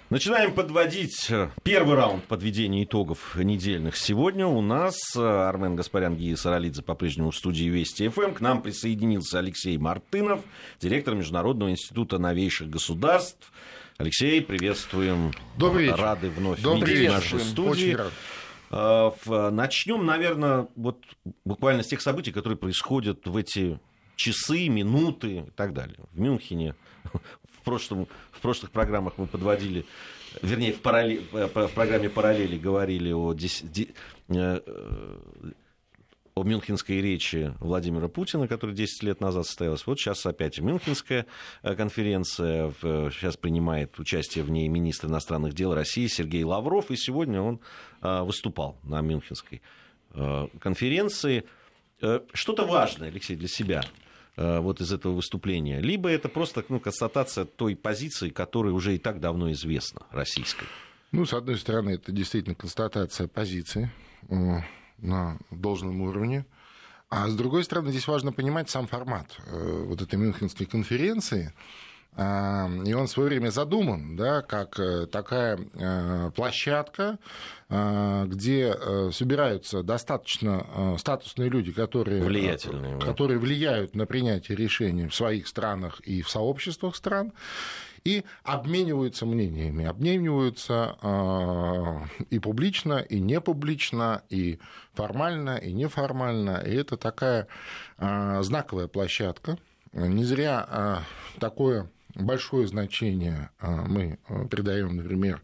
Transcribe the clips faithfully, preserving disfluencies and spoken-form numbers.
Начинаем подводить первый раунд подведения итогов недельных. Сегодня у нас Армен Гаспарян, Гия Саралидзе по-прежнему в студии Вести ФМ. К нам присоединился Алексей Мартынов, директор Международного института новейших государств. Алексей, приветствуем. Добрый вечер. Рады вновь Добрый видеть вечер. в нашей студии. Очень рад. Начнем, наверное, вот буквально с тех событий, которые происходят в эти часы, минуты и так далее. В Мюнхене. В, прошлом, в прошлых программах мы подводили, вернее, в, параллель, в программе «Параллели» говорили о, десять, о мюнхенской речи Владимира Путина, которая десять лет назад состоялась. Вот сейчас опять Мюнхенская конференция. Сейчас принимает участие в ней министр иностранных дел России Сергей Лавров. И сегодня он выступал на Мюнхенской конференции. Что-то важное, Алексей, для себя вот из этого выступления, либо это просто ну, констатация той позиции, которая уже и так давно известна, российской? Ну, с одной стороны, это действительно констатация позиции э, на должном уровне, а с другой стороны, здесь важно понимать сам формат э, вот этой Мюнхенской конференции, э, и он в свое время задуман, да, как э, такая э, площадка, э, где э, собираются достаточно э, статусные люди, которые, влиятельные, э, которые влияют на принятие решений в своих странах и в сообществах стран, и обмениваются мнениями, обмениваются э, и публично, и не публично, и формально, и неформально. И это такая э, знаковая площадка. Не зря э, такое большое значение э, мы придаем, например,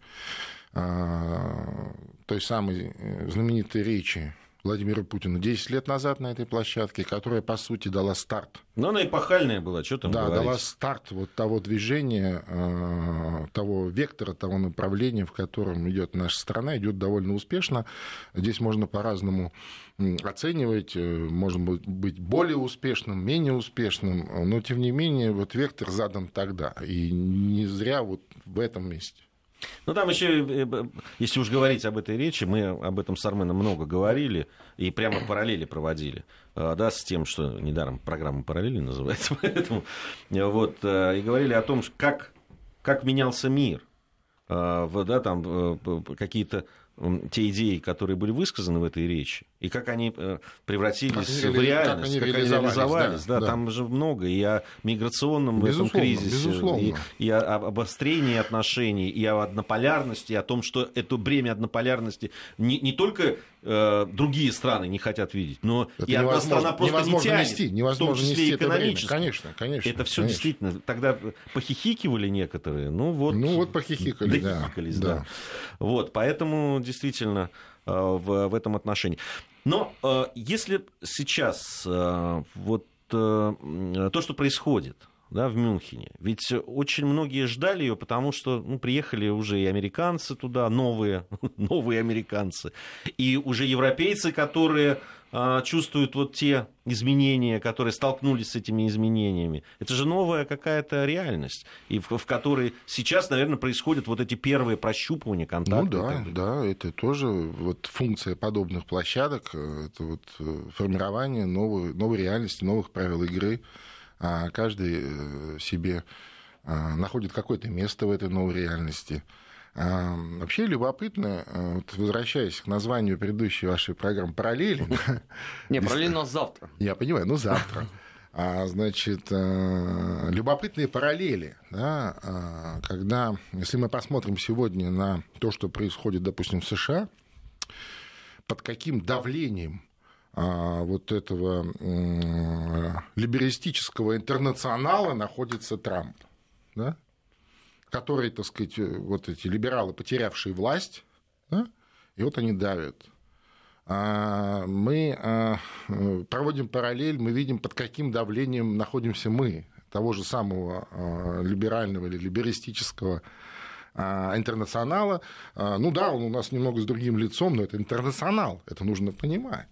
э, той самой знаменитой речи Владимира Путина десять лет назад на этой площадке, которая, по сути, дала старт. Но она эпохальная была, что там да, говорить. Да, дала старт вот того движения, того вектора, того направления, в котором идет наша страна, идет довольно успешно. Здесь можно по-разному оценивать, может быть более успешным, менее успешным, но, тем не менее, вот вектор задан тогда, и не зря вот в этом месте. Ну, там еще, если уж говорить об этой речи, мы об этом с Арменом много говорили и прямо параллели проводили, да, с тем, что недаром программа «Параллели» называется, поэтому, вот, и говорили о том, как, как менялся мир, да, там какие-то те идеи, которые были высказаны в этой речи, и как они превратились как в реальность, как они, как они реализовались. Да, да, да. Там же много и о миграционном безусловно, этом кризисе, и, и о, об обострении отношений, и о однополярности, и о том, что это бремя однополярности не, не только э, другие страны не хотят видеть, но это и одна страна просто не тянет, нести, невозможно в том числе нести экономически. Конечно, конечно. Это все конечно. действительно. Тогда похихикивали некоторые, ну вот, ну, вот похихикали, да. да. да. Вот, поэтому действительно в, в этом отношении. Но э, если сейчас э, вот э, то, что происходит, да, в Мюнхене, ведь очень многие ждали ее, потому что ну, приехали уже и американцы туда, новые, новые американцы, и уже европейцы, которые э, чувствуют вот те изменения, которые столкнулись с этими изменениями. Это же новая какая-то реальность, и в, в которой сейчас, наверное, происходят вот эти первые прощупывания, контакты. Ну да, да, это тоже вот функция подобных площадок, это вот формирование новой, новой реальности, новых правил игры. Каждый себе находит какое-то место в этой новой реальности. Вообще любопытно, вот возвращаясь к названию предыдущей вашей программы «Параллели». Не, параллели у нас завтра. Я понимаю, ну завтра. Значит, любопытные параллели, да, когда, если мы посмотрим сегодня на то, что происходит, допустим, в США, под каким давлением вот этого либералистического интернационала находится Трамп, да? Который, так сказать, вот эти либералы, потерявшие власть, да? И вот они давят. Мы проводим параллель, мы видим, под каким давлением находимся мы, того же самого либерального или либералистического интернационала. Ну да, он у нас немного с другим лицом, но это интернационал, это нужно понимать.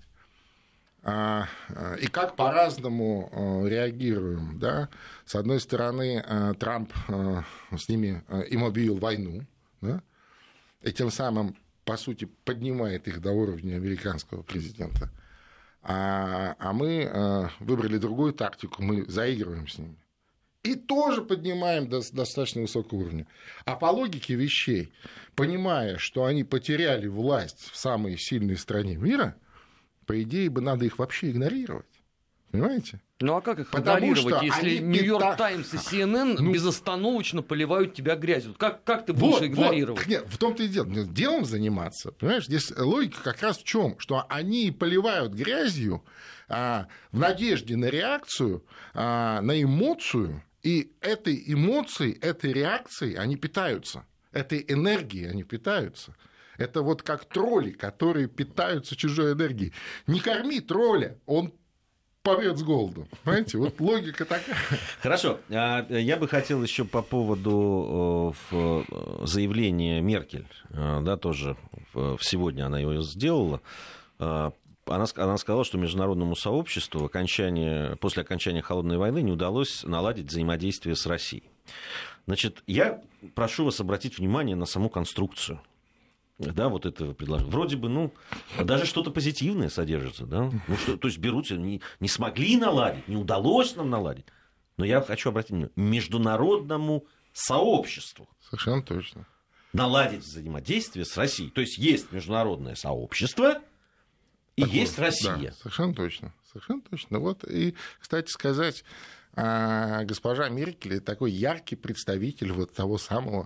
И как по-разному реагируем. Да? С одной стороны, Трамп с ними им объявил войну, да? И тем самым, по сути, поднимает их до уровня американского президента. А, а мы выбрали другую тактику, мы заигрываем с ними. и тоже поднимаем до достаточно высокого уровня. А по логике вещей, понимая, что они потеряли власть в самой сильной стране мира, по идее бы надо их вообще игнорировать. Понимаете? Ну а как их Потому игнорировать, если Нью-Йорк пита... Таймс и Си Эн Эн ну... безостановочно поливают тебя грязью? Как, как ты будешь вот, игнорировать? Вот. Нет, в том-то и дело. Делом заниматься. Понимаешь, здесь логика как раз в чем? Что они поливают грязью а, в надежде на реакцию, а, на эмоцию, и этой эмоцией, этой реакцией они питаются. Этой энергией они питаются. Это вот как тролли, которые питаются чужой энергией. Не корми тролля, он помрет с голоду. Понимаете, вот логика такая. Хорошо. Я бы хотел еще по поводу заявления Меркель, да, тоже сегодня она его сделала. Она, она сказала, что международному сообществу окончание, после окончания холодной войны не удалось наладить взаимодействие с Россией. Значит, я прошу вас обратить внимание на саму конструкцию. Да, вот этого предложения. Вроде бы, ну, даже что-то позитивное содержится, да. Ну, что, то есть берутся, не, не смогли наладить, не удалось нам наладить. Но я хочу обратить внимание, международному сообществу. Совершенно точно. Наладить взаимодействие с Россией. То есть есть международное сообщество и так есть вот, Россия. Да, совершенно точно. Совершенно точно. Вот, и, кстати сказать, госпожа Меркель такой яркий представитель вот того самого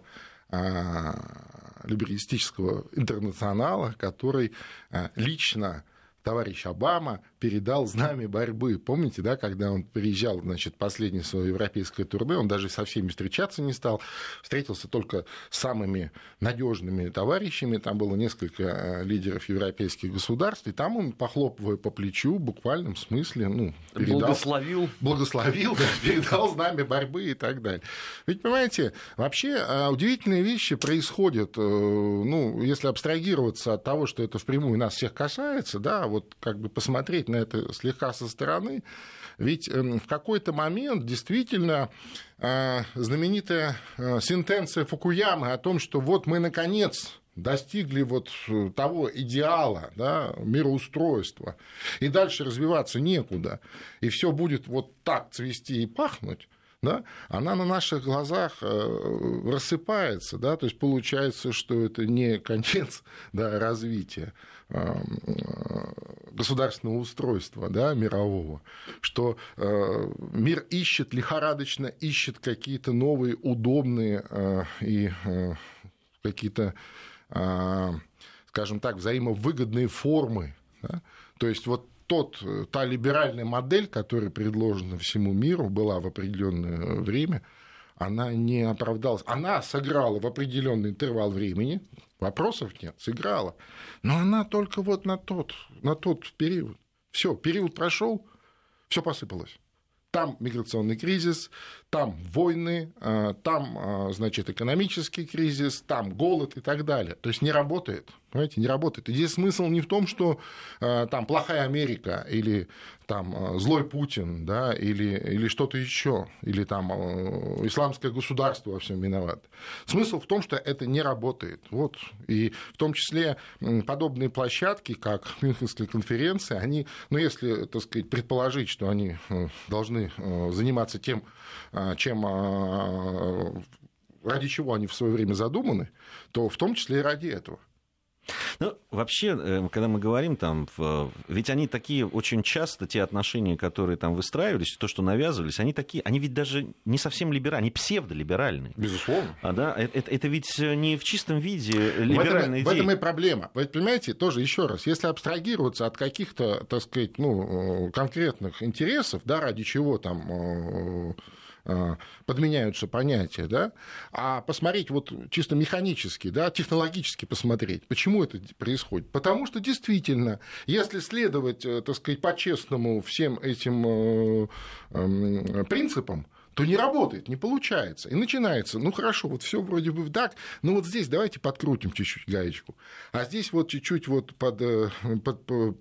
либералистического интернационала, который лично товарищ Обама передал знамя борьбы. Помните, да, когда он приезжал, значит, последнее свое европейское турне, он даже со всеми встречаться не стал, встретился только с самыми надежными товарищами, там было несколько лидеров европейских государств, и там он, похлопывая по плечу, в буквальном смысле, ну, передал, благословил, благословил да, передал знамя борьбы и так далее. Ведь, понимаете, вообще удивительные вещи происходят, ну, если абстрагироваться от того, что это впрямую нас всех касается, да, вот как бы посмотреть на это слегка со стороны, ведь в какой-то момент действительно знаменитая сентенция Фукуямы о том, что вот мы наконец достигли вот того идеала, да, мироустройства, и дальше развиваться некуда, и все будет вот так цвести и пахнуть, да, она на наших глазах рассыпается, да, то есть получается, что это не конец, да, развития государственного устройства, да, мирового, что э, мир ищет, лихорадочно ищет какие-то новые, удобные э, и э, какие-то, э, скажем так, взаимовыгодные формы. Да? То есть вот тот, та либеральная модель, которая предложена всему миру, была в определенное время, она не оправдалась. Она сыграла в определенный интервал времени, вопросов нет, сыграла, но она только вот на тот, на тот период. Все, период прошел, все посыпалось. Там миграционный кризис, там войны, там, значит, экономический кризис, там голод и так далее. То есть не работает, понимаете, не работает. И здесь смысл не в том, что там плохая Америка или там злой Путин, да, или, или что-то еще, или там исламское государство во всем виноват. Смысл в том, что это не работает. Вот. И в том числе подобные площадки, как Мюнхенская конференция, они, ну, если, так сказать, предположить, что они должны заниматься тем, чем, ради чего они в свое время задуманы, то в том числе и ради этого. Ну, вообще, когда мы говорим там, ведь они такие очень часто, те отношения, которые там выстраивались, то, что навязывались, они такие, они ведь даже не совсем либеральные, они псевдолиберальные. Безусловно. А, да, это, это ведь не в чистом виде либеральные идеи. В этом и проблема. Вы понимаете, тоже еще раз, если абстрагироваться от каких-то, так сказать, ну, конкретных интересов, да, ради чего там подменяются понятия, да, а посмотреть вот чисто механически, да, технологически посмотреть, почему это происходит. Потому что действительно, если следовать, так сказать, по-честному всем этим принципам, то не работает, не получается. И начинается, ну хорошо, вот все вроде бы так, но вот здесь давайте подкрутим чуть-чуть гаечку, а здесь вот чуть-чуть вот под, под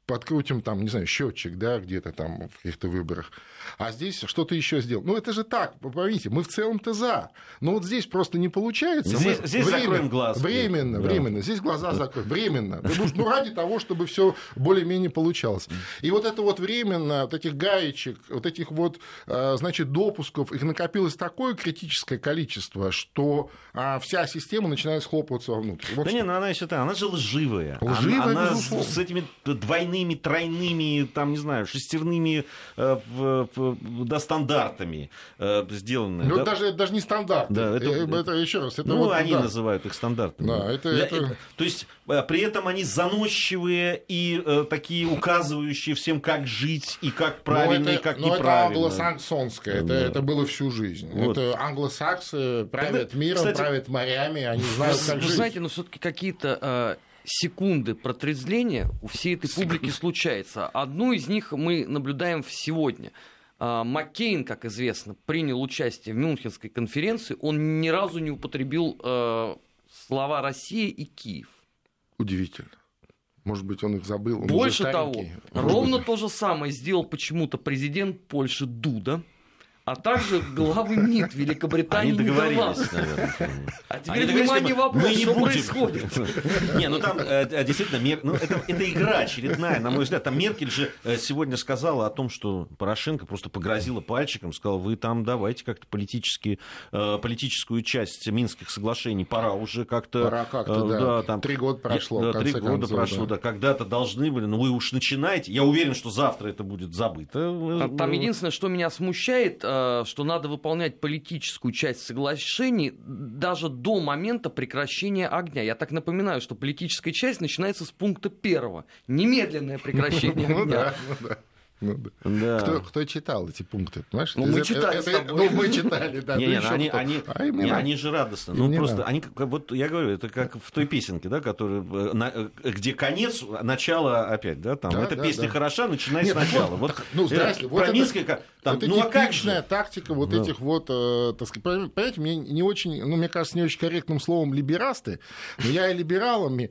подкрутим там, не знаю, счетчик, да, где-то там в каких-то выборах. А здесь что-то еще сделал. Ну, это же так, поймите, мы в целом-то за. Но вот здесь просто не получается. Здесь, мы здесь время, закроем глаз. Временно, да. временно. Здесь глаза закроем. Временно. Ну, ради того, чтобы все более-менее получалось. И вот это вот временно, вот этих гаечек, вот этих вот, значит, допусков, их накопилось такое критическое количество, что вся система начинает схлопываться вовнутрь. Вот да что. не, ну она еще та, она же лживая. Лживая, она она безусловно. с, с этими двойными, тройными, там, не знаю, шестерными э, в, в, да, стандартами э, сделаны. Ну, да? даже, даже не стандарты. Да, это, это, это еще раз. Это ну, вот, они да. называют их стандартами. Да, это, Для, это... это, то есть, э, при этом они заносчивые и э, такие указывающие всем, как жить и как правильно, это, и как но неправильно. это англосаксонское, это, Да. это было всю жизнь. Вот. Это англосаксы правят Это, миром, кстати, правят морями, они знают, как Вы жить. знаете, но все-таки какие-то э, секунды протрезвления у всей этой публики случается. Одну из них мы наблюдаем сегодня. Э, Маккейн, как известно, принял участие в Мюнхенской конференции. Он ни разу не употребил э, слова «Россия» и «Киев». Удивительно. Может быть, он их забыл. Он Больше уже того, старенький. ровно то же самое сделал почему-то президент Польши Дуда, а также главы МИД Великобритании и Они договорились, Нидерландов. наверное. А теперь, Они внимание, договорились, вопрос, мы не что будем. происходит? Не, ну там э, действительно, Мер... ну, это, это игра очередная, на мой взгляд. Там Меркель же э, сегодня сказала о том, что Порошенко просто погрозила пальчиком, сказал, вы там давайте как-то политически, э, политическую часть Минских соглашений, пора уже как-то... Пора как-то, э, да. да там, Три года прошло, Да, в конце три года концов, прошло, да. да. Когда-то должны были, но вы уж начинаете. Я уверен, что завтра это будет забыто. Там единственное, что меня смущает, э, что надо выполнять политическую часть соглашений даже до момента прекращения огня. Я так напоминаю, что политическая часть начинается с пункта первого. Немедленное прекращение Ну огня. да, ну да. Ну, да. Да. Кто, кто читал эти пункты? Понимаешь? Ну, мы Это- читали это- с тобой. Ну, мы читали, да. Не, ну не, еще они, кто? они, А им не не, надо. они же радостно. Им Ну, не просто надо. они, как- вот я говорю, это как в той песенке, да, которая, э, на- э, где конец, начало опять, да, там. Да, Эта да, песня да. хороша, начинай Нет, сначала. вот, Вот, так, ну, здрасте, э, вот про это- Минское, как- там, это ну а как типичная же? тактика вот Да. этих вот, э, так сказать, понимаете, мне не очень, ну, мне кажется, не очень корректным словом либерасты, но я и либералами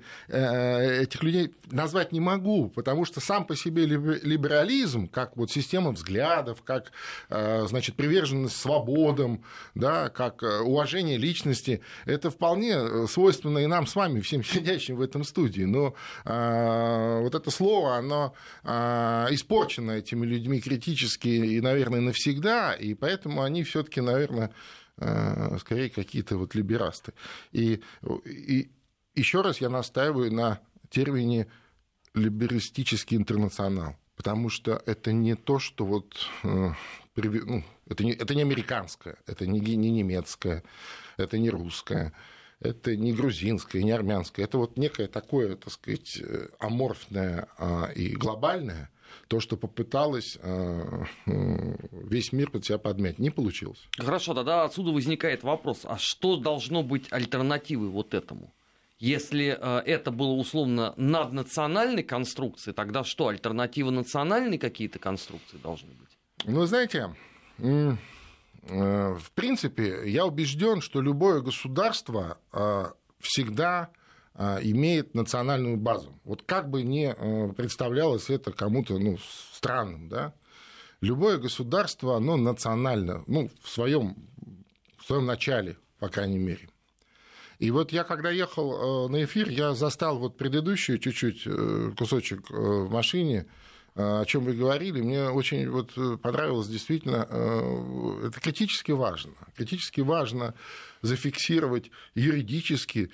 э, этих людей назвать не могу, потому что сам по себе либе- либерализм, как вот система взглядов, как, э, значит, приверженность свободам, да, как э, уважение личности, это вполне свойственно и нам с вами, всем сидящим в этом студии, но э, вот это слово, оно э, испорчено этими людьми критически и, наверное, навсегда, и поэтому они все-таки, наверное, э, скорее какие-то вот либерасты. И, и еще раз я настаиваю на термине либеристический интернационал, потому что это не то, что вот э, приви- ну, это, не, это не американское, это не, не немецкое, это не русское, это не грузинское, не армянское, это вот некое такое, так сказать, аморфное э, и глобальное, то, что попыталось э, э, весь мир под себя подмять. Не получилось. Хорошо, тогда отсюда возникает вопрос, а что должно быть альтернативой вот этому? Если э, это было условно наднациональной конструкцией, тогда что, альтернатива национальной какие-то конструкции должны быть? Ну, знаете, м, э, в принципе, я убежден, что любое государство э, всегда э, имеет национальную базу. Вот как бы ни э, представлялось это кому-то, ну, странным, да, любое государство, оно национально, ну, в своем, в своем начале, по крайней мере. И вот я, когда ехал на эфир, я застал вот предыдущий чуть-чуть кусочек в машине, о чем вы говорили. Мне очень вот понравилось, действительно, это критически важно. Критически важно зафиксировать юридически,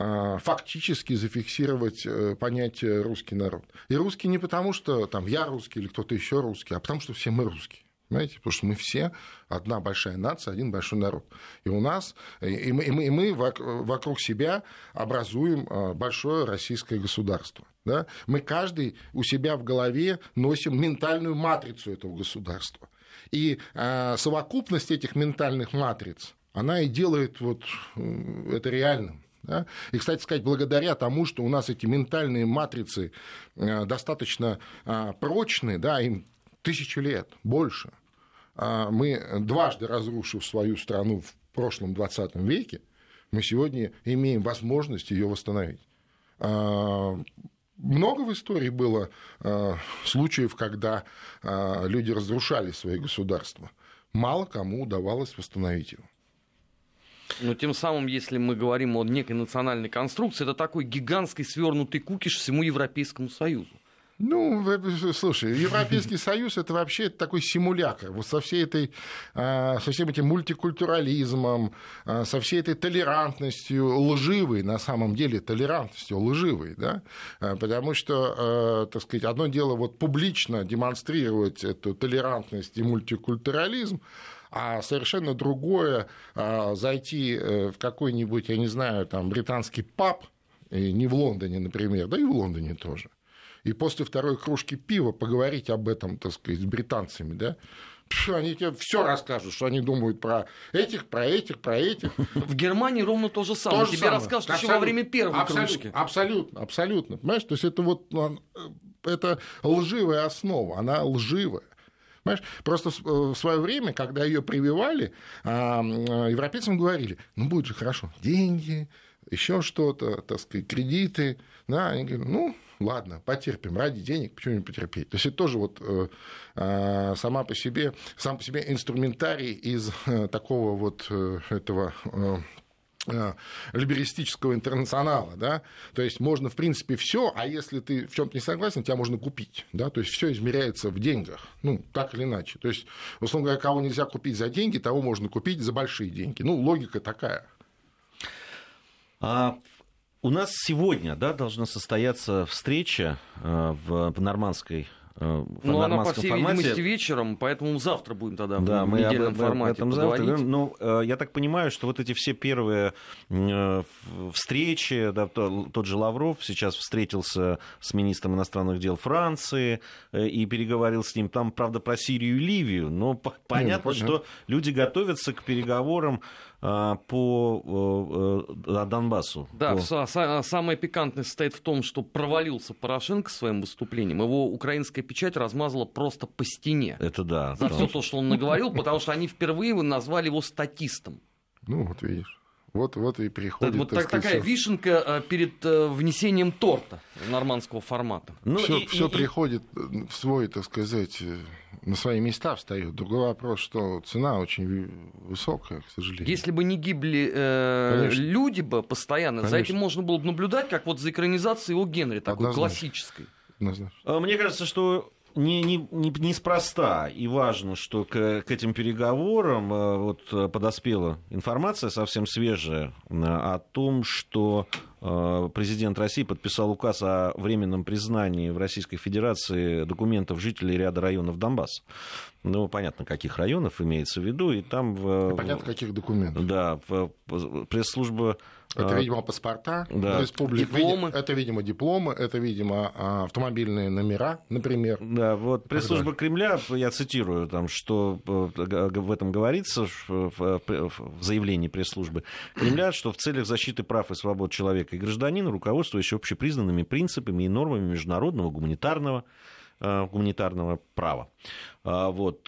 фактически зафиксировать понятие «русский народ». И русский не потому, что там я русский или кто-то еще русский, а потому, что все мы русские. Понимаете? Потому что мы все одна большая нация, один большой народ. И у нас, и мы, и мы, и мы вокруг себя образуем большое российское государство. Да? Мы каждый у себя в голове носим ментальную матрицу этого государства. И а, совокупность этих ментальных матриц, она и делает вот это реальным. Да? И, кстати сказать, благодаря тому, что у нас эти ментальные матрицы достаточно прочные, да, им тысячу лет, больше. Мы, дважды разрушив свою страну в прошлом двадцатом веке, мы сегодня имеем возможность ее восстановить. много в истории было э, случаев, когда э, люди разрушали свои государства. Мало кому удавалось восстановить его. Но тем самым, если мы говорим о некой национальной конструкции, это такой гигантский свернутый кукиш всему Европейскому Союзу. Ну, слушай, Европейский Союз — это вообще такой симулятор. Вот со всей этой, со всем этим мультикультурализмом, со всей этой толерантностью, лживой, на самом деле, толерантностью лживой, да? Потому что, так сказать, одно дело вот публично демонстрировать эту толерантность и мультикультурализм, а совершенно другое зайти в какой-нибудь, я не знаю, там, британский паб, не в Лондоне, например, да и в Лондоне тоже, и после второй кружки пива поговорить об этом, так сказать, с британцами, да, они тебе все расскажут, что они думают про этих, про этих, про этих. В Германии ровно то же самое. То же тебе самое. расскажут Абсолютно. еще во время первой абсолютно, кружки. Абсолютно, абсолютно. Понимаешь, то есть это вот это лживая основа, она лживая. Понимаешь? Просто в свое время, когда ее прививали, европейцам говорили: ну будет же хорошо, деньги, еще что-то, так сказать, кредиты. Да, они говорят: ну, ладно, потерпим, ради денег, почему не потерпеть? То есть это тоже вот э, сама по себе, сам по себе инструментарий из э, такого вот э, этого э, э, либеристического интернационала, да? То есть можно, в принципе, все, а если ты в чем-то не согласен, тебя можно купить, да? То есть все измеряется в деньгах, ну, так или иначе. То есть, условно говоря, кого нельзя купить за деньги, того можно купить за большие деньги. Ну, логика такая. А... У нас сегодня, да, должна состояться встреча э, в, в нормандской э, в Ну, она, по нормандском всей формате. видимости, вечером, поэтому завтра будем тогда Да, в мы недельном об, формате об этом завтра говорим. Ну, э, я так понимаю, что вот эти все первые э, встречи, да, то, тот же Лавров сейчас встретился с министром иностранных дел Франции э, и переговорил с ним. Там, правда, про Сирию и Ливию, но по- понятно, ну, что люди готовятся к переговорам по Донбассу. Да, по... самое пикантное состоит в том, что провалился Порошенко своим выступлением. Его украинская печать размазала просто по стене. Это да. За все то, что он наговорил, потому что они впервые назвали его статистом. Ну, вот видишь. Вот, вот и приходит. Вот так так, сказать, такая вишенка перед внесением торта нормандского формата. Ну, все и, все и, приходит в свой, так сказать, на свои места встает. Другой вопрос, что цена очень высокая, к сожалению. Если бы не гибли э, люди бы постоянно, Конечно. за этим можно было бы наблюдать, как вот за экранизацией О. Генри, такой Однозначно. классической. Однозначно. Мне кажется, что не, не, не, неспроста и важно, что к, к этим переговорам вот, подоспела информация совсем свежая о том, что президент России подписал указ о временном признании в Российской Федерации документов жителей ряда районов Донбасса. Ну, понятно, каких районов имеется в виду, и там... В, понятно, каких документов. Да, в, в, пресс-служба... Это, видимо, паспорта да. республик. Дипломы. Это, видимо, дипломы, это, видимо, автомобильные номера, например. Да, вот пресс-служба Кремля, я цитирую, там, что в этом говорится, в заявлении пресс-службы Кремля, что в целях защиты прав и свобод человека и гражданина, руководствуясь общепризнанными принципами и нормами международного гуманитарного, гуманитарного права. Вот.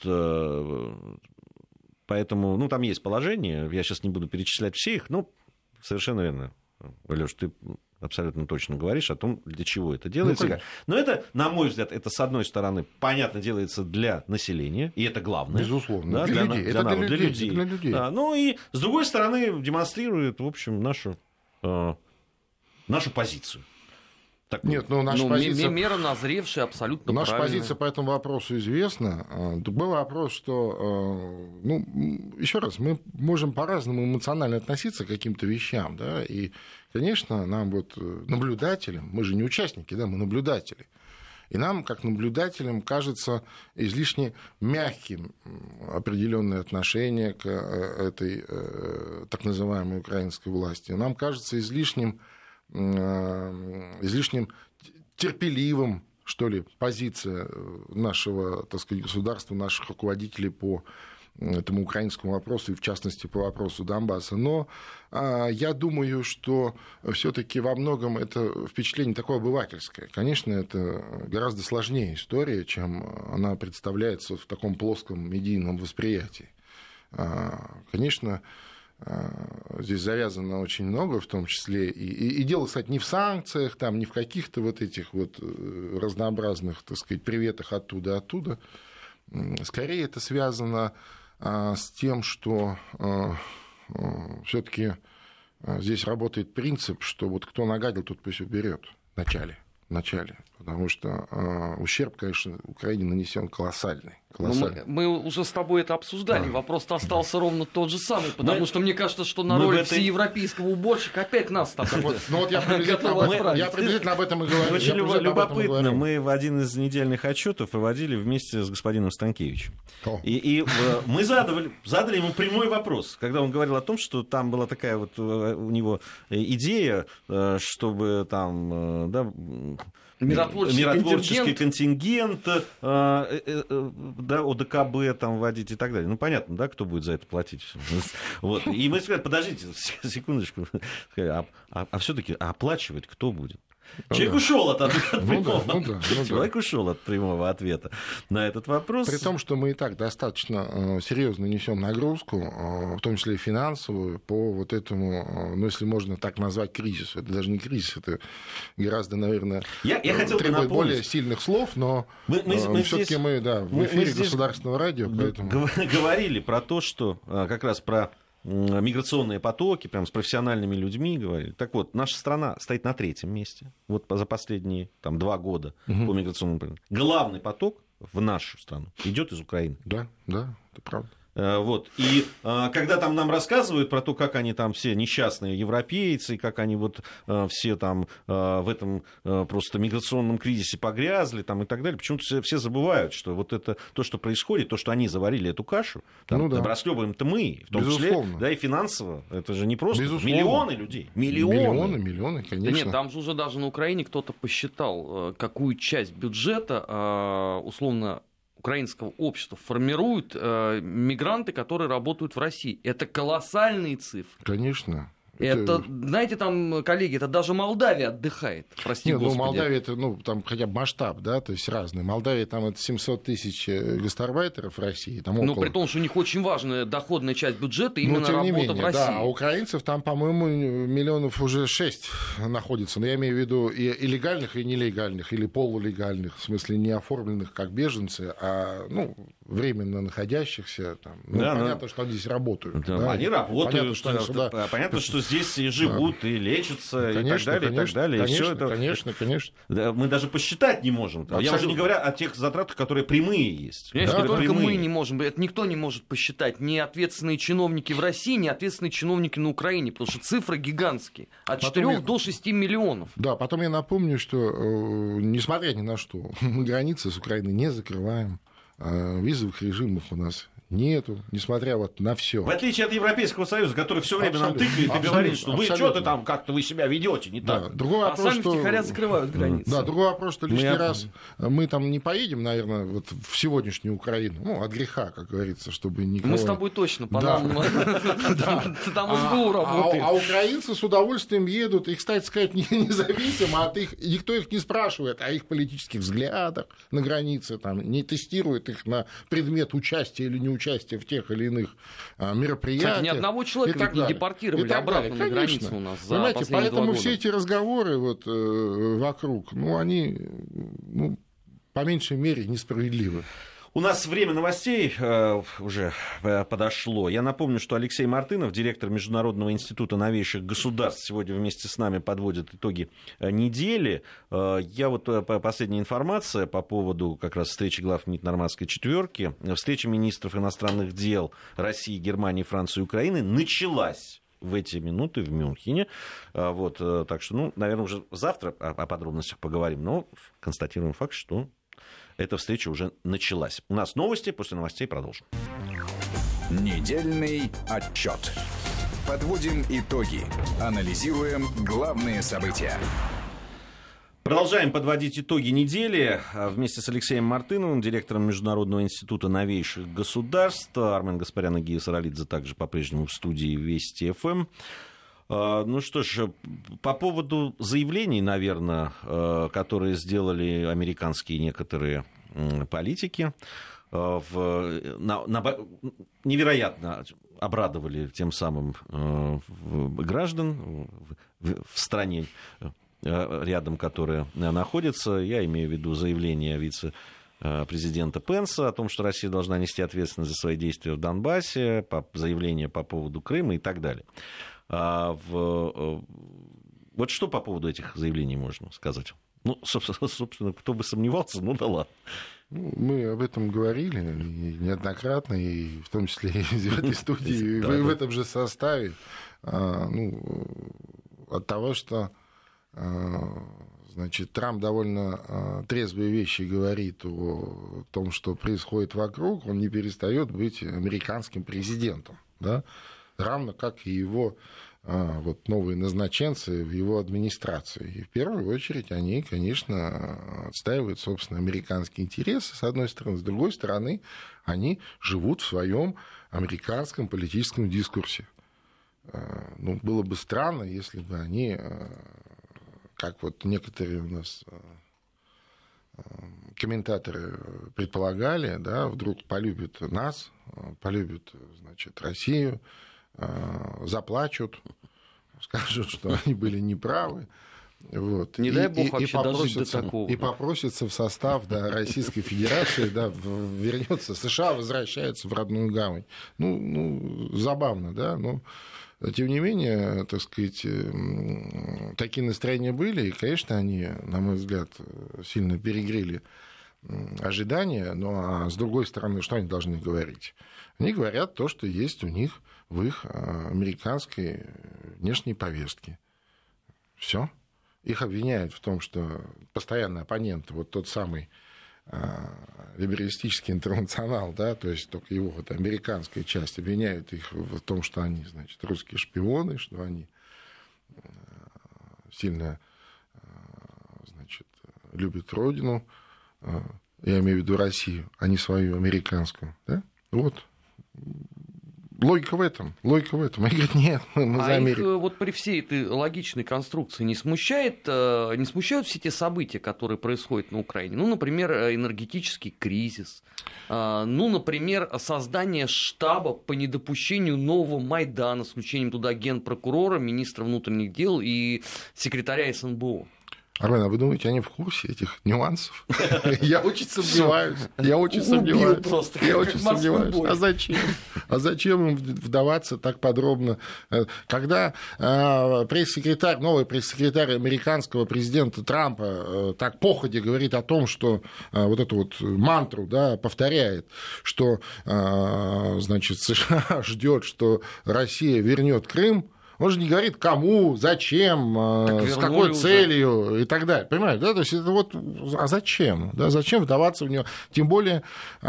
Поэтому, ну, там есть положение, я сейчас не буду перечислять все их, но совершенно верно, Алёш, ты абсолютно точно говоришь о том, для чего это делается. Ну, но это, на мой взгляд, это, с одной стороны, понятно, делается для населения, и это главное. Безусловно, да, для, для людей. Для, это для, для, для людей. людей. Для людей. Да, ну и, с другой стороны, демонстрирует, в общем, нашу, э, нашу позицию. Так, Нет, ну наша ну, позиция... Мера назревшая, абсолютно Наша правильная. позиция по этому вопросу известна. Другой вопрос, что, ну, еще раз, мы можем по-разному эмоционально относиться к каким-то вещам, да, и, конечно, нам вот наблюдателям, мы же не участники, да, мы наблюдатели, и нам, как наблюдателям, кажется излишне мягким определенное отношение к этой так называемой украинской власти. Нам кажется излишним излишним терпеливым, что ли, позиция нашего, так сказать, государства, наших руководителей по этому украинскому вопросу, и в частности по вопросу Донбасса. Но а, я думаю, что все-таки во многом это впечатление такое обывательское. Конечно, это гораздо сложнее история, чем она представляется в таком плоском медийном восприятии. А, конечно, Здесь завязано очень много, в том числе. И, и, и дело, кстати, не в санкциях, там, не в каких-то вот этих вот разнообразных, так сказать, приветах оттуда-оттуда. Скорее это связано с тем, что все-таки здесь работает принцип, что вот кто нагадил, тот пусть уберет в начале. В начале, потому что э, ущерб, конечно, Украине нанесен колоссальный. колоссальный. Мы, мы уже с тобой это обсуждали, да. Вопрос остался да. ровно тот же самый, потому мы, что мне кажется, что на роль этой... всеевропейского уборщика опять нас там вот, ну вот я приблизительно, я приблизительно об этом и говорю. Очень любопытно, мы в один из недельных отчетов выводили вместе с господином Станкевичем. И, и мы задавали, задали ему прямой вопрос, когда он говорил о том, что там была такая вот у него идея, чтобы там... Да, Миротворческий, миротворческий контингент, контингент э, э, э, да, ОДКБ там вводить и так далее. Ну, понятно, да, кто будет за это платить. Вот. И мы сказали, подождите, секундочку, а, а, а все-таки оплачивать кто будет? Человек ушел от, от, от прямого, ну, да, ну, да, человек ну, да. ушел от прямого ответа на этот вопрос. При том, что мы и так достаточно э, серьезно несем нагрузку, э, в том числе и финансовую, по вот этому, э, ну, если можно так назвать, кризису. Это даже не кризис, это гораздо, наверное, я, я хотел требует более сильных слов, но мы, мы, мы все-таки мы, да, в эфире мы государственного радио. Поэтому... Говорили про то, что как раз про миграционные потоки, прям с профессиональными людьми говорили. Так вот, наша страна стоит на третьем месте, вот за последние там, два года угу. по миграционному потоку. Главный поток в нашу страну идет из Украины. Да, да, это правда. Вот. И а, когда там нам рассказывают про то, как они там все несчастные европейцы, как они вот а, все там а, в этом а, просто миграционном кризисе погрязли там, и так далее, почему-то все, все забывают, что вот это то, что происходит, то, что они заварили эту кашу, там, ну, да. расхлебываем-то мы, в том Безусловно. числе, да, и финансово, это же не просто Безусловно. миллионы людей, миллионы. Миллионы, миллионы, конечно. Да нет, там же уже даже на Украине кто-то посчитал, какую часть бюджета, условно, украинского общества формируют э, мигранты, которые работают в России. Это колоссальные цифры. Конечно. Это, знаете, там, коллеги, это даже Молдавия отдыхает, прости Нет, господи. Ну, Молдавия, это, ну, там хотя бы масштаб, да, то есть разный. Молдавия, там, это семьсот тысяч гастарбайтеров в России. Там около... Ну, при том, что у них очень важная доходная часть бюджета именно ну, работа менее, в России. Да, а украинцев там, по-моему, миллионов уже шесть находится. Но я имею в виду и, и легальных, и нелегальных, или полулегальных, в смысле не оформленных как беженцы, а, ну, временно находящихся там. Ну, да, понятно, но... что они здесь работают. Да, да, они работают. Понятно, что, они сюда... понятно, что здесь и живут, да. и лечатся, конечно, и так далее, конечно, и так далее. Конечно, и всё это... конечно, конечно. Мы даже посчитать не можем. Абсолютно. Я уже не говоря о тех затратах, которые прямые есть. Конечно, да, не только прямые. Мы не можем, это никто не может посчитать. Ни ответственные чиновники в России, ни ответственные чиновники на Украине, потому что цифры гигантские. От четырёх я... до шести миллионов. Да, потом я напомню, что, несмотря ни на что, мы границы с Украиной не закрываем. Визовых режимов у нас нету, несмотря вот на все. В отличие от Европейского Союза, который все время абсолютно, нам тыкает и говорит, что вы что-то там как-то вы себя ведете не да. так. Другой вопрос, а сами что... втихаря закрывают границы. Да, другой вопрос, что лишний мы... раз мы там не поедем, наверное, вот в сегодняшнюю Украину, ну, от греха, как говорится, чтобы никого... Мы с тобой точно, по нам... Там СБУ работает. А украинцы с удовольствием едут, и, кстати сказать, независимо от их... Никто их не спрашивает о их политических взглядах на границе, там, не тестирует их на предмет участия или неучастия в тех или иных а, мероприятиях. Кстати, ни одного человека ведь не депортировали обратно на границу у нас за Понимаете, последние поэтому два года. все эти разговоры вот, э, вокруг, ну, они, ну, по меньшей мере, несправедливы. У нас время новостей э, уже подошло. Я напомню, что Алексей Мартынов, директор Международного института новейших государств, сегодня вместе с нами подводит итоги недели. Э, я вот последняя информация по поводу как раз встречи глав МИД-Нормандской четверки. Встреча министров иностранных дел России, Германии, Франции и Украины началась в эти минуты в Мюнхене. Вот, так что, ну, наверное, уже завтра о подробностях поговорим, но констатируем факт, что эта встреча уже началась. У нас новости, после новостей продолжим. Недельный отчет. Подводим итоги. Анализируем главные события. Продолжаем подводить итоги недели вместе с Алексеем Мартыновым, директором Международного института новейших государств. Армен Гаспарян и Гия Саралидзе также по-прежнему в студии Вести ФМ. Ну что ж, по поводу заявлений, наверное, которые сделали американские некоторые политики, в, на, на, невероятно обрадовали тем самым граждан в, в стране, рядом которая находится. Я имею в виду заявление вице-президента Пенса о том, что Россия должна нести ответственность за свои действия в Донбассе, заявление по поводу Крыма и так далее. В... Вот что по поводу этих заявлений можно сказать? Ну, собственно, кто бы сомневался, ну да ладно. Мы об этом говорили неоднократно, и в том числе и в этой студии, и в этом же составе. Ну, от того, что значит, Трамп довольно трезвые вещи говорит о том, что происходит вокруг, он не перестает быть американским президентом, да? Равно как и его вот, новые назначенцы в его администрации. И в первую очередь они, конечно, отстаивают, собственно, американские интересы, с одной стороны. С другой стороны, они живут в своем американском политическом дискурсе. Ну, было бы странно, если бы они, как вот некоторые у нас комментаторы предполагали, да, вдруг полюбят нас, полюбят, значит, Россию, заплачут, скажут, что они были неправы. Вот. Не и, дай бог и, вообще и дожить до такого. И попросится в состав да, Российской Федерации, да, вернется, США возвращается в родную гавань. Ну, ну забавно, да, но тем не менее, так сказать, такие настроения были, и, конечно, они, на мой взгляд, сильно перегрели ожидания, но а с другой стороны, что они должны говорить? Они говорят то, что есть у них в их американской внешней повестке. Все. Их обвиняют в том, что постоянный оппонент, вот тот самый либералистический интернационал, да, то есть только его вот, американская часть, обвиняют их в том, что они, значит, русские шпионы, что они сильно, значит, любят родину, я имею в виду Россию, а не свою американскую, да? Вот. Логика в этом, логика в этом. Они говорят, нет, мы за Америку. А их вот при всей этой логичной конструкции не смущает, не смущают все те события, которые происходят на Украине? Ну, например, энергетический кризис, ну, например, создание штаба по недопущению нового Майдана с включением туда генпрокурора, министра внутренних дел и секретаря СНБО. Армен, а вы думаете, они в курсе этих нюансов? Я очень сомневаюсь. Я очень сомневаюсь. Я очень сомневаюсь. А зачем? А зачем им вдаваться так подробно? Когда пресс-секретарь, новый пресс-секретарь американского президента Трампа так походе говорит о том, что вот эту вот мантру, да, повторяет, что, значит, США ждет, что Россия вернет Крым, он же не говорит, кому, зачем, так с какой уже. целью и так далее. Понимаешь, да? То есть это вот, а зачем? Да? Зачем вдаваться в него? Тем более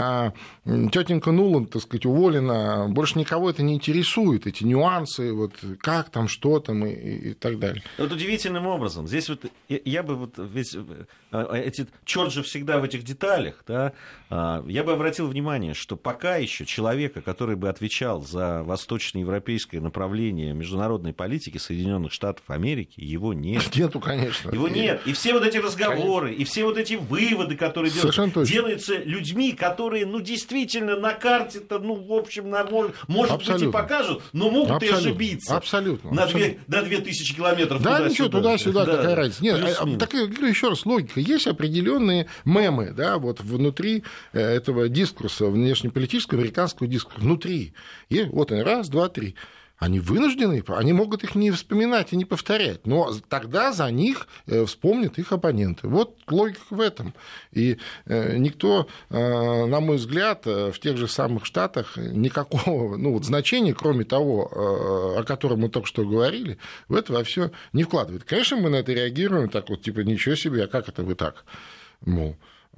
тетенька Нуланд, так сказать, уволена, больше никого это не интересует, эти нюансы, вот как там, что там и, и так далее. Вот удивительным образом. Здесь вот я, я бы вот ведь эти черт же всегда в этих деталях, да, я бы обратил внимание, что пока еще человека, который бы отвечал за восточноевропейское направление международной политики Соединенных Штатов Америки, его нет. Нету, конечно. Его нет. И все вот эти разговоры, конечно. И все вот эти выводы, которые делаются, делаются людьми, которые, ну, действительно, на карте-то, ну, в общем, на, может Абсолютно. быть, и покажут, но могут Абсолютно. и ошибиться. Абсолютно. На, Абсолютно. Две, на две тысячи километров да, туда-сюда. Да, ничего, туда-сюда, да. какая разница. Нет, а, так я говорю еще раз, логика. Есть определенные мемы, да, вот внутри этого дискурса, внешнеполитического американского дискурса, внутри. И вот они, раз, два, три. Они вынуждены, они могут их не вспоминать и не повторять, но тогда за них вспомнят их оппоненты. Вот логика в этом. И никто, на мой взгляд, в тех же самых Штатах никакого ну, вот, значения, кроме того, о котором мы только что говорили, в это во все не вкладывает. Конечно, мы на это реагируем так вот, типа, ничего себе, а как это вы так? Мол,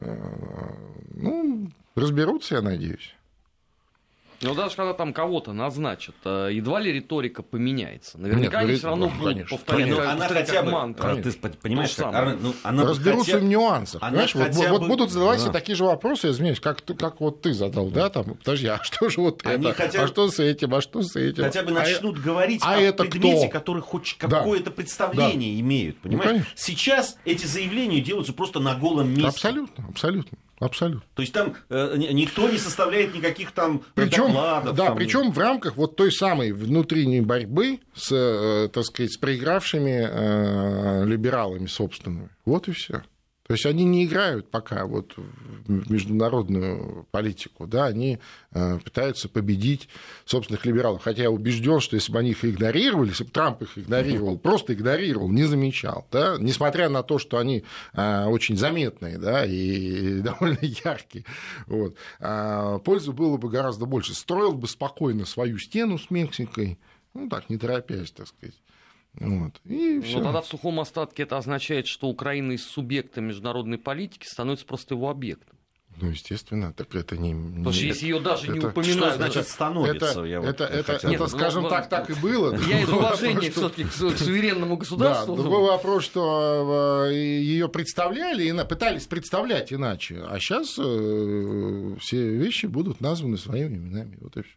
ну, разберутся, я надеюсь. Но даже когда там кого-то назначат, едва ли риторика поменяется. Наверняка Нет, они все равно будут конечно, повторять, конечно. Она хотя бы, мантру. Ты понимаешь, как, Армен, ну, она разберутся хотя... в нюансах. Вот, бы... вот будут задавать себе такие же вопросы, извиняюсь, как, как вот ты задал, да, там, подожди, а что же вот они это, хотя... а что с этим, а что с этим? Хотя бы начнут а... говорить а о это предмете, кто? который хоть какое-то да. представление да. имеют, понимаешь? Ну, сейчас эти заявления делаются просто на голом месте. Абсолютно, абсолютно. Абсолютно. То есть там э, никто не составляет никаких там причем, докладов. Да, там... причем в рамках вот той самой внутренней борьбы с, э, так сказать, с проигравшими э, либералами собственными. Вот и все. То есть они не играют пока вот в международную политику, да, они э, пытаются победить собственных либералов. Хотя я убежден, что если бы они их игнорировали, если бы Трамп их игнорировал, просто игнорировал, не замечал, да, несмотря на то, что они э, очень заметные, да, и довольно яркие, вот, э, пользы было бы гораздо больше. Строил бы спокойно свою стену с Мексикой, ну так, не торопясь, так сказать. Вот. И всё. Но тогда в сухом остатке это означает, что Украина из субъекта международной политики становится просто его объектом. Ну, естественно, так это не... Потому что если ее даже не это, упоминают... Что значит становится? Это, я это, вот это, хотел... это, скажем ну, так, так и было. Я из уважения что... все-таки к суверенному государству. Да, другой вопрос, что ее представляли, пытались представлять иначе, а сейчас все вещи будут названы своими именами. Вот и все.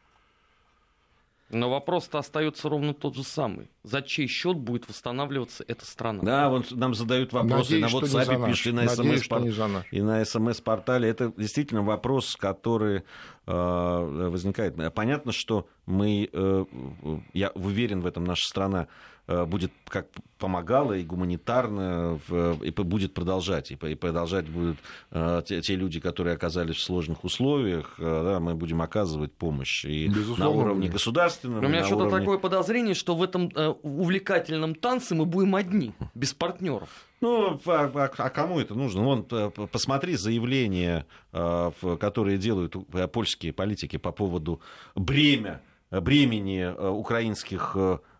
Но вопрос-то остается ровно тот же самый. За чей счет будет восстанавливаться эта страна? Да, вот нам задают вопросы, Надеюсь, и на WhatsApp пишут, и на СМС-портале. И на СМС-портале. Это действительно вопрос, который э, возникает. Понятно, что мы, э, я уверен в этом, наша страна э, будет как помогала и гуманитарно, в, и будет продолжать. И, и продолжать будут э, те, те люди, которые оказались в сложных условиях. Э, да, мы будем оказывать помощь и на уровне государственном. У меня что-то уровне... такое подозрение, что в этом э, увлекательном танце мы будем одни, без партнеров. Ну, а, а, а кому это нужно? Вон, посмотри заявления, которые делают польские политики по поводу бремя, бремени украинских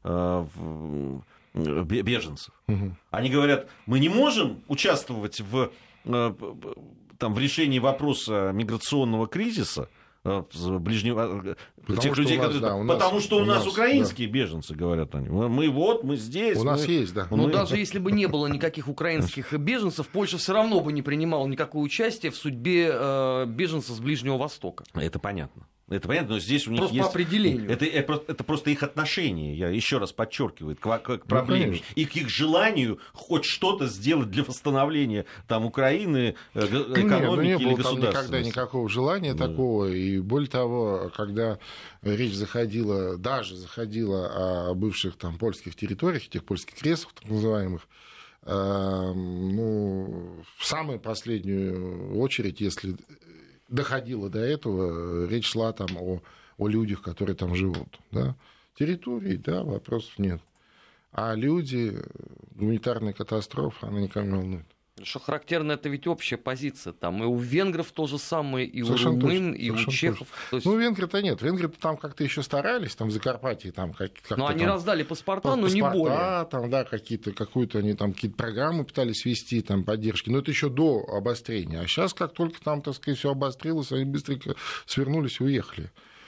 беженцев. Угу. Они говорят, мы не можем участвовать в, там, в решении вопроса миграционного кризиса, ближнего, потому тех людей, нас, которые... да, у потому нас, что у, у нас, нас украинские да. беженцы, говорят они. Мы вот, мы здесь. У мы... нас есть, да. Но мы... даже если бы не было никаких украинских беженцев, Польша все равно бы не принимала никакое участие в судьбе э, беженцев с Ближнего Востока. Это понятно. Это понятно, но здесь у них просто есть... по определению. Это, это, это просто их отношение, я еще раз подчеркиваю, к, к проблеме. Ну, и к их желанию хоть что-то сделать для восстановления там, Украины, экономики Нет, ну, не или было государственности. Там никогда никакого желания да. такого. И более того, когда речь заходила, даже заходила о бывших там, польских территориях, тех польских крестов, так называемых, э, ну, в самую последнюю очередь, если... доходило до этого, речь шла там о, о людях, которые там живут. Да? Территории, да, вопросов нет. А люди, гуманитарная катастрофа, она никого не волнует. Что характерно, это ведь общая позиция. Там и у венгров то же самое, и совершенно у румын, точно, и у чехов. То есть... Ну, венгры-то нет. Венгры-то там как-то еще старались, там в Закарпатье. Там, как, но они там, раздали паспорта, но паспорта, не более. Там, да, какие-то, какую-то они там какие-то программы пытались вести, там, поддержки. Но это еще до обострения. А сейчас, как только там, так сказать, все обострилось, они быстренько свернулись и уехали.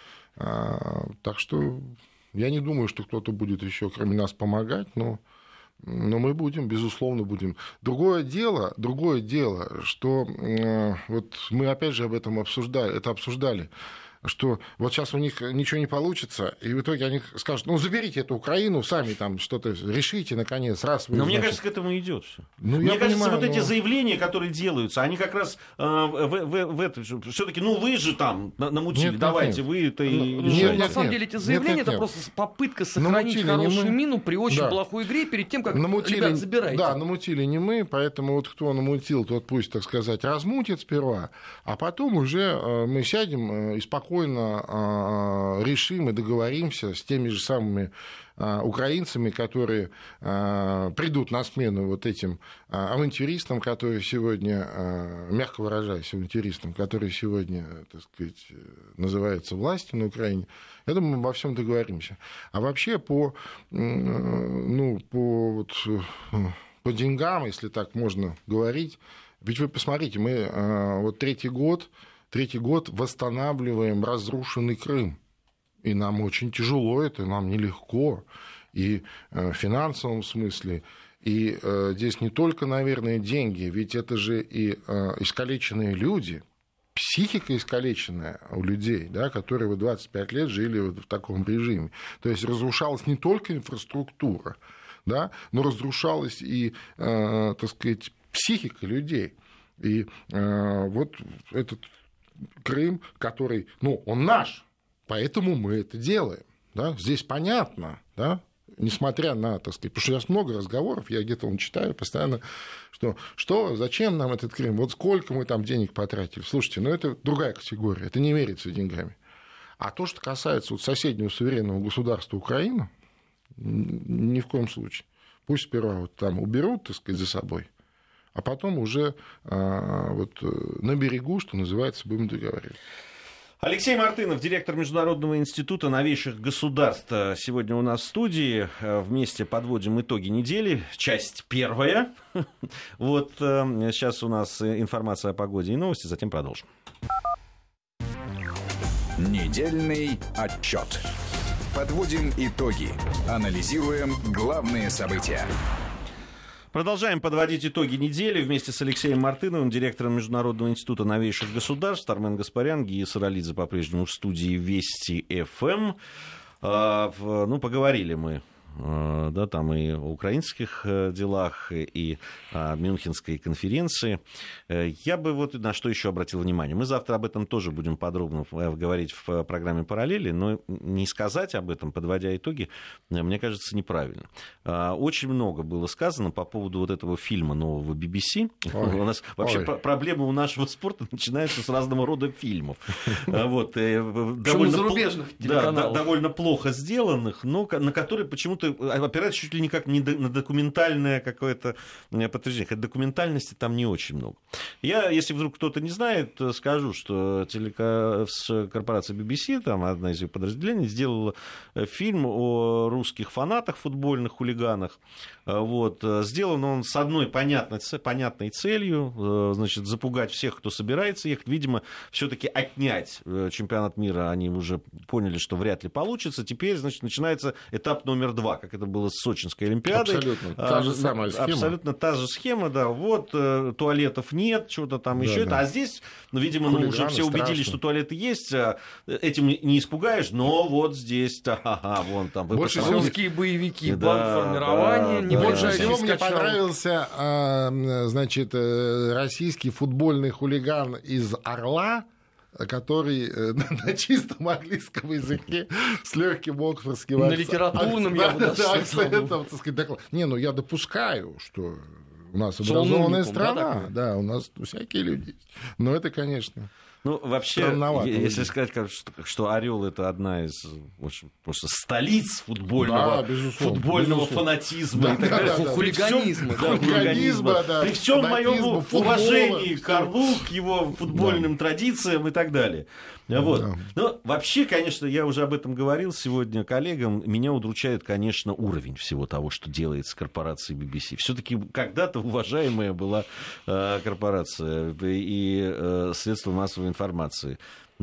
А, так что я не думаю, что кто-то будет еще кроме нас помогать, но... Но мы будем, безусловно, будем. Другое дело, другое дело, что э, вот мы опять же об этом обсуждали, это обсуждали, что вот сейчас у них ничего не получится, и в итоге они скажут, ну, заберите эту Украину, сами там что-то решите, наконец, раз вы... Но значит... мне кажется, к этому идет все. Ну, мне кажется, понимаю, вот но... эти заявления, которые делаются, они как раз э, в, в, в это все-таки, ну, вы же там намутили, нет, давайте, нет. вы это и ну, решайте. На самом деле эти заявления, нет, нет, нет. это просто попытка сохранить намутили хорошую мы... мину при очень да. плохой игре перед тем, как намутили... ребят забирайте. Да, намутили не мы, поэтому вот кто намутил, тот пусть, так сказать, размутит сперва, а потом уже мы сядем и спокойно решим и договоримся с теми же самыми украинцами, которые придут на смену вот этим авантюристам, которые сегодня, мягко выражаясь, авантюристам, которые сегодня, так сказать, называются властью на Украине. Я думаю, мы обо всем договоримся. А вообще по, ну, по, вот, по деньгам, если так можно говорить, ведь вы посмотрите, мы вот третий год, третий год восстанавливаем разрушенный Крым. И нам очень тяжело это, нам нелегко. И в финансовом смысле, и здесь не только, наверное, деньги, ведь это же и искалеченные люди, психика искалеченная у людей, да, которые вот двадцать пять лет жили вот в таком режиме. То есть разрушалась не только инфраструктура, да, но разрушалась и, так сказать, психика людей. И э, вот этот Крым, который, ну, он наш, поэтому мы это делаем. Да? Здесь понятно, да? Несмотря на, так сказать, потому что сейчас много разговоров, я где-то он читаю постоянно, что, что, зачем нам этот Крым, вот сколько мы там денег потратили. Слушайте, ну это другая категория, это не мерится деньгами. А то, что касается вот соседнего суверенного государства Украины, ни в коем случае. Пусть сперва вот там уберут, так сказать, за собой, а потом уже а, вот, на берегу, что называется, будем договариваться. Алексей Мартынов, директор Международного института новейших государств, сегодня у нас в студии. Вместе подводим итоги недели. Часть первая. Вот сейчас у нас информация о погоде и новости, затем продолжим. Недельный отчет. Подводим итоги. Анализируем главные события. Продолжаем подводить итоги недели вместе с Алексеем Мартыновым, директором Международного института новейших государств. Армен Гаспарян, Гия Саралидзе по-прежнему в студии Вести эф эм. Ну, поговорили мы, да, там и о украинских делах, и о Мюнхенской конференции. Я бы вот на что еще обратил внимание. Мы завтра об этом тоже будем подробно говорить в программе «Параллели», но не сказать об этом, подводя итоги, мне кажется, неправильно. Очень много было сказано по поводу вот этого фильма нового би би си. Ой, у нас вообще ой. проблемы у нашего спорта начинаются с разного рода фильмов. Вот, довольно, зарубежных да, довольно плохо сделанных, но на которые почему-то опирается чуть ли не как не на документальное какое-то подтверждение. Хотя документальности там не очень много. Я, если вдруг кто-то не знает, скажу, что телекорпорация би би си, там одна из ее подразделений, сделала фильм о русских фанатах, футбольных хулиганах. Вот. Сделан он с одной понятной, понятной целью, значит, запугать всех, кто собирается ехать. Видимо, все-таки отнять чемпионат мира они уже поняли, что вряд ли получится. Теперь, значит, начинается этап номер два, как это было с Сочинской Олимпиадой. Абсолютно та же самая схема. Абсолютно та же схема, да. Вот туалетов нет, что-то там да, еще да. это. А здесь, ну, видимо, ну, уже все убедились, страшно. Что туалеты есть. Этим не испугаешь, но вот здесь, ага, вон там. Больше всего русские боевики, да, бандформирование. Да, да, больше всего мне понравился, значит, российский футбольный хулиган из «Орла», который на чистом английском языке с легким оксфордским акцентом. На литературном, я бы даже сказал. Не, ну я допускаю, что у нас образованная страна, да, да, у нас всякие люди есть. Но это, конечно... Ну, вообще, если сказать, что, что Орел это одна из в общем, просто столиц футбольного, да, футбольного безусловно. фанатизма, да, и так далее. Да, да, хулиганизма. Да, да, хулиганизма. Да, при всем моем уважении к Орлу, к его футбольным да. традициям и так далее. Вот. Да. Но вообще, конечно, я уже об этом говорил сегодня коллегам, меня удручает, конечно, уровень всего того, что делается корпорацией би би си. Все-таки когда-то уважаемая была э, корпорация и э, средства массовой информации.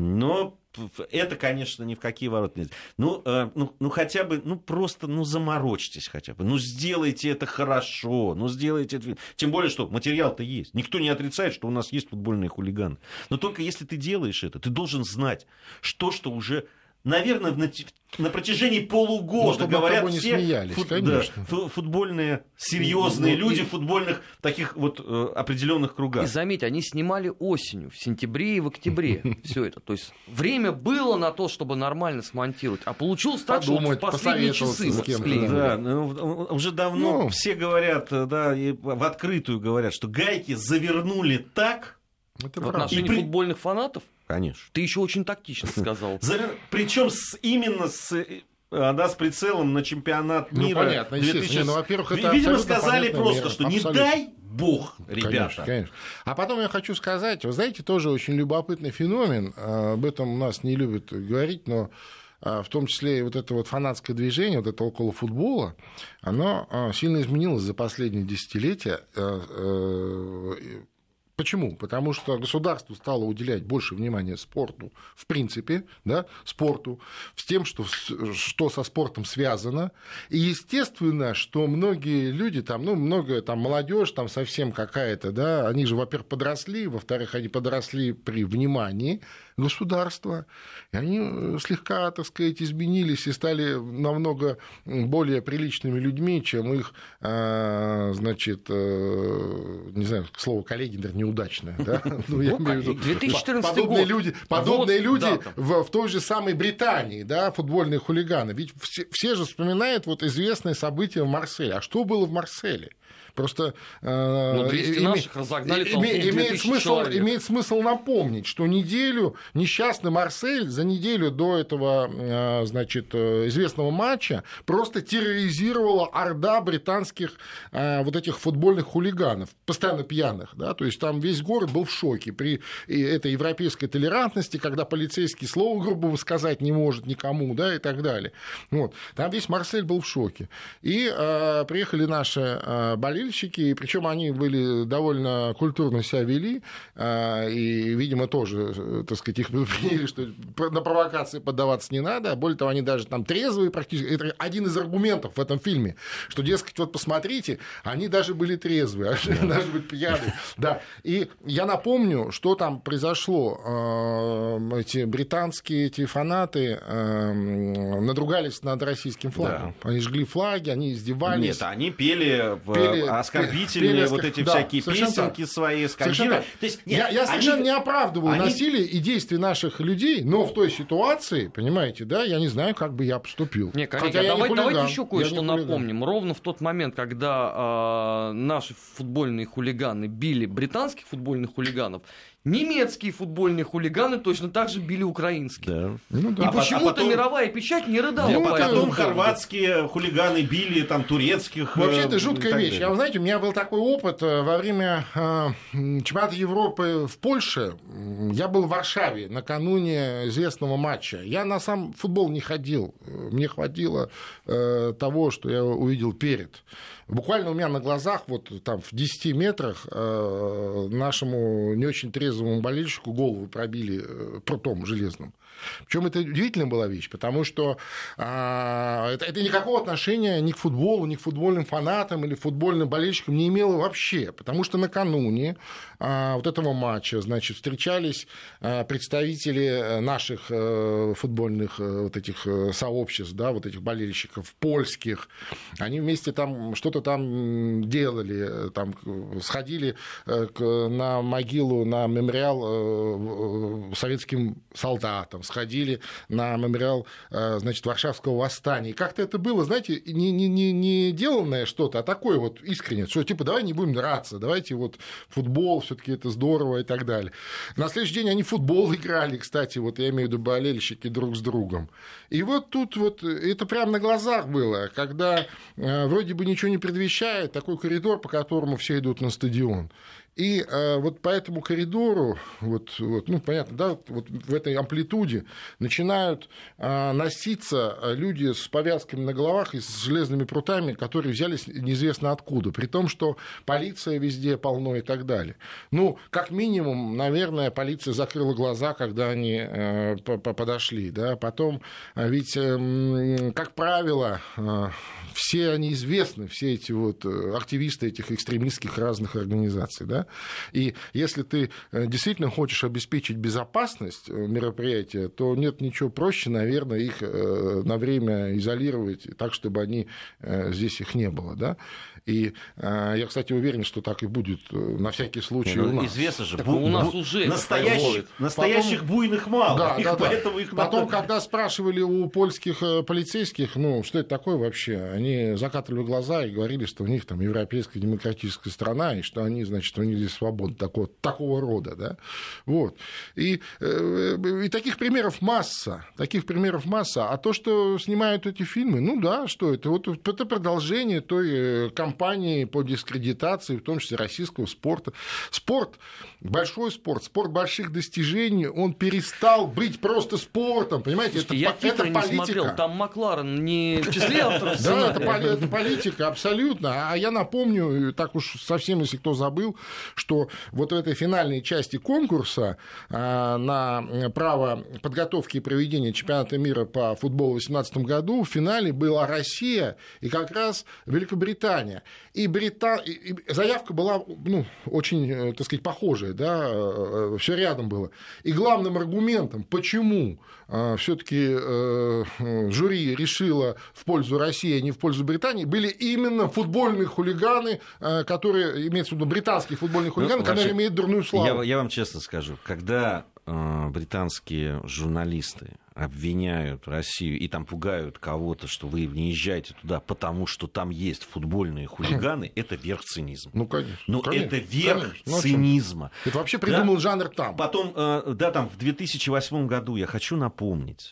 Но это, конечно, ни в какие ворота нет. Ну, э, ну, ну, хотя бы, ну, просто, ну, заморочьтесь хотя бы. Ну, сделайте это хорошо, ну, сделайте это... Тем более, что материал-то есть. Никто не отрицает, что у нас есть футбольные хулиганы. Но только если ты делаешь это, ты должен знать, что, что уже... Наверное, на, на протяжении полугода, ну, говорят все смеялись, фут, да, футбольные серьезные ну, люди и... в футбольных таких вот э, определенных кругах. И заметь, они снимали осенью, в сентябре и в октябре все это. То есть время было на то, чтобы нормально смонтировать, а получилось так, что в последние часы склеили. Да, ну, уже давно ну. все говорят, да, и в открытую говорят, что гайки завернули так... Это в отношении при... футбольных фанатов? Конечно. Ты еще очень тактично сказал. Причем именно с, да, с прицелом на чемпионат мира. Ну, понятно, естественно. Ну, во-первых, это видимо, сказали просто, что не дай бог, ребята. Конечно, конечно. А потом я хочу сказать, вы знаете, тоже очень любопытный феномен. Об этом у нас не любят говорить, но в том числе и вот это вот фанатское движение, вот это около футбола, оно сильно изменилось за последние десятилетия. Почему? Потому что государство стало уделять больше внимания спорту, в принципе, да, спорту, с тем, что, что со спортом связано. И естественно, что многие люди, там, ну, многое, там, молодежь там совсем какая-то, да, они же, во-первых, подросли, во-вторых, они подросли при внимании государства, и они слегка, так сказать, изменились и стали намного более приличными людьми, чем их, значит, не знаю, слово коллеги, наверное, неудачное, да? Ну, я имею в виду, две тысячи четырнадцатый подобные год. люди, подобные Вот, люди да, в, в той же самой Британии, да, футбольные хулиганы. Ведь все, все же вспоминают вот известное событие в Марселе. А что было в Марселе? Просто ну, двести име, наших разогнали толпу име, имеет, смысл, человек. имеет смысл напомнить, что неделю несчастный Марсель за неделю до этого, значит, известного матча просто терроризировала орда британских вот этих футбольных хулиганов, постоянно пьяных, да, то есть там весь город был в шоке при этой европейской толерантности, когда полицейский слово грубо сказать не может никому, да, и так далее. Вот. Там весь Марсель был в шоке. И э, приехали наши э, болельщики, и причем они были довольно культурно себя вели, и, видимо, тоже, так сказать, их предупредили, что на провокации поддаваться не надо. Более того, они даже там трезвые практически. Это один из аргументов в этом фильме, что, дескать, вот посмотрите, они даже были трезвые, а даже быть пьяные. Да. И я напомню, что там произошло. Эти британские эти фанаты надругались над российским флагом. Да. Они жгли флаги, они издевались. Нет, они пели... пели оскорбительные пели, вот эти да, всякие песенки так. свои, скандировали. То есть, нет, я я они... совершенно не оправдываю они... насилие и действия наших людей, но в той ситуации, понимаете, да, я не знаю, как бы я поступил. Не, коллеги, а давай, давайте еще кое-что напомним. Ровно в тот момент, когда э, наши футбольные хулиганы били британских футбольных хулиганов, немецкие футбольные хулиганы точно так же били украинских. Да. Ну, да. И а почему-то а потом... мировая печать не рыдала. А потом, потом хорватские хулиганы били там турецких. Вообще, это жуткая вещь. Я, знаете, у меня был такой опыт во время э, чемпионата Европы в Польше. Я был в Варшаве накануне известного матча. Я на сам футбол не ходил. Мне хватило э, того, что я увидел перед. Буквально у меня на глазах, вот там в десяти метрах, э, нашему не очень трезвому болельщику голову пробили э, прутом железным. Причем это удивительная была вещь, потому что а, это, это никакого отношения ни к футболу, ни к футбольным фанатам или футбольным болельщикам не имело вообще, потому что накануне а, вот этого матча, значит, встречались а, представители наших а, футбольных а, вот этих сообществ, да, вот этих болельщиков польских, они вместе там что-то там делали, там сходили к, на могилу, на мемориал а, советским солдатам, сходили на мемориал, значит, Варшавского восстания. И как-то это было, знаете, не, не, не, не деланное что-то, а такое вот искреннее, что типа давай не будем драться, давайте вот футбол, все-таки это здорово и так далее. На следующий день они в футбол играли, кстати, вот я имею в виду болельщики друг с другом. И вот тут вот это прямо на глазах было, когда вроде бы ничего не предвещает, такой коридор, по которому все идут на стадион. И э, вот по этому коридору, вот, вот, ну, понятно, да, вот в этой амплитуде начинают э, носиться люди с повязками на головах и с железными прутами, которые взялись неизвестно откуда, при том, что полиция везде полно и так далее. Ну, как минимум, наверное, полиция закрыла глаза, когда они э, подошли, да, потом, ведь, э, как правило, э, все они известны, все эти вот активисты этих экстремистских разных организаций, да. И если ты действительно хочешь обеспечить безопасность мероприятия, то нет ничего проще, наверное, их на время изолировать так, чтобы они, здесь их не было. Да? И я, кстати, уверен, что так и будет на всякий случай ну, у нас. Известно же, так бу- у нас бу- уже настоящих, настоящих Потом... буйных мало. Да, их, да, поэтому да. их Потом, надо... когда спрашивали у польских полицейских, ну, что это такое вообще, они закатывали глаза и говорили, что у них там европейская демократическая страна, и что они, значит, у них здесь свобода такого, такого рода. Да? Вот. И, и таких примеров масса. Таких примеров масса. А то, что снимают эти фильмы, ну да, что это? Вот это продолжение той кампании по дискредитации, в том числе российского спорта. Спорт, большой спорт, спорт больших достижений, он перестал быть просто спортом. Понимаете, Слушайте, это, я это не политика. Смотрел, там Макларен не в числе авторов сценария. Да, это политика, абсолютно. А я напомню, так уж совсем, если кто забыл, что вот в этой финальной части конкурса на право подготовки и проведения чемпионата мира по футболу в две тысячи восемнадцатом году в финале была Россия и как раз Великобритания. И, Брита... и заявка была, ну, очень, так сказать, похожая, да, все рядом было. И главным аргументом, почему все-таки жюри решило в пользу России, а не в пользу Британии, были именно футбольные хулиганы, которые, имеется в виду британские футбольные хулиганы, ну, которые имеют дурную славу. Я, я вам честно скажу, когда э, британские журналисты обвиняют Россию и там пугают кого-то, что вы не езжаете туда, потому что там есть футбольные хулиганы, это верх цинизма. Ну, конечно. Ну, конечно, это верх конечно. цинизма. Это вообще придумал да? жанр там. Потом, да, там в две тысячи восьмом году, я хочу напомнить,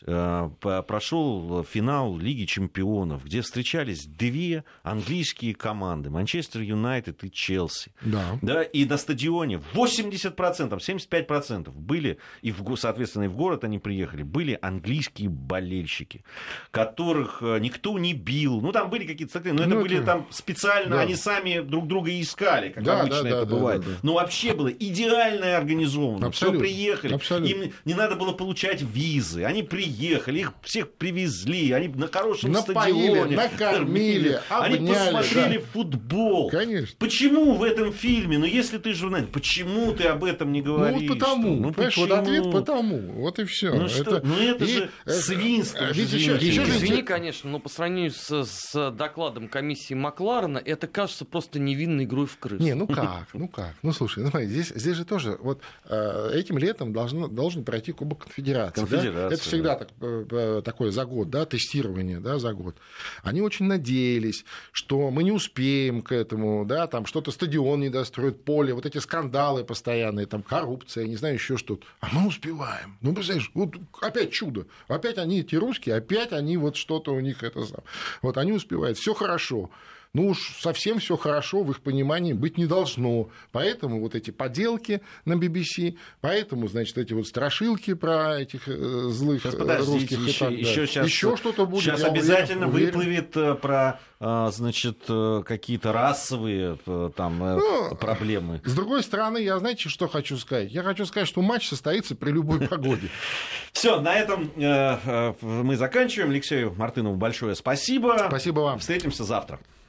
прошел финал Лиги чемпионов, где встречались две английские команды, Манчестер Юнайтед и Челси. Да. Да, и на стадионе восемьдесят процентов, семьдесят пять процентов были, и, в, соответственно, и в город они приехали, были английские болельщики, которых никто не бил. Ну, там были какие-то... Но это ну, были это... там специально, да. Они сами друг друга искали, как да, обычно да, это да, бывает. Да, да, да. Но вообще было идеально организовано. Все приехали. Абсолютно. Им не надо было получать визы. Они приехали, их всех привезли. Они на хорошем напоили, стадионе. Накормили, обняли. Они посмотрели да. футбол. Конечно. Почему в этом фильме, ну если ты журналист, почему ты об этом не говоришь? Ну, потому. Ну, почему? Вот ответ потому. Вот и все. Ну, это, ну, это и... же свинство. Ведь еще, еще Извини, конечно, но по сравнению с, с докладом комиссии Макларена, это кажется просто невинной игрой в крысу. Не, ну как, ну как. Ну слушай, ну, здесь, здесь же тоже вот этим летом должно, должен пройти Кубок Конфедерации. Да? Это всегда да. так, такое за год, да, тестирование, да, за год. Они очень надеялись, что мы не успеем к этому, да, там что-то стадион не достроят, поле, вот эти скандалы постоянные, там коррупция, не знаю, еще что-то. А мы успеваем. Ну, представляешь, вот опять чудо. Опять они эти русские, опять они вот что-то у них это сам. Вот они успевают, все хорошо. Ну уж совсем все хорошо в их понимании быть не должно. Поэтому вот эти поделки на би би си, поэтому, значит, эти вот страшилки про этих злых сейчас, русских и еще, так далее. Еще, сейчас, еще что-то будет. Сейчас обязательно уверен, выплывет про, значит, какие-то расовые там ну, проблемы. С другой стороны, я, знаете, что хочу сказать? Я хочу сказать, что матч состоится при любой погоде. Все, на этом мы заканчиваем. Алексею Мартынову большое спасибо. Спасибо вам. Встретимся завтра.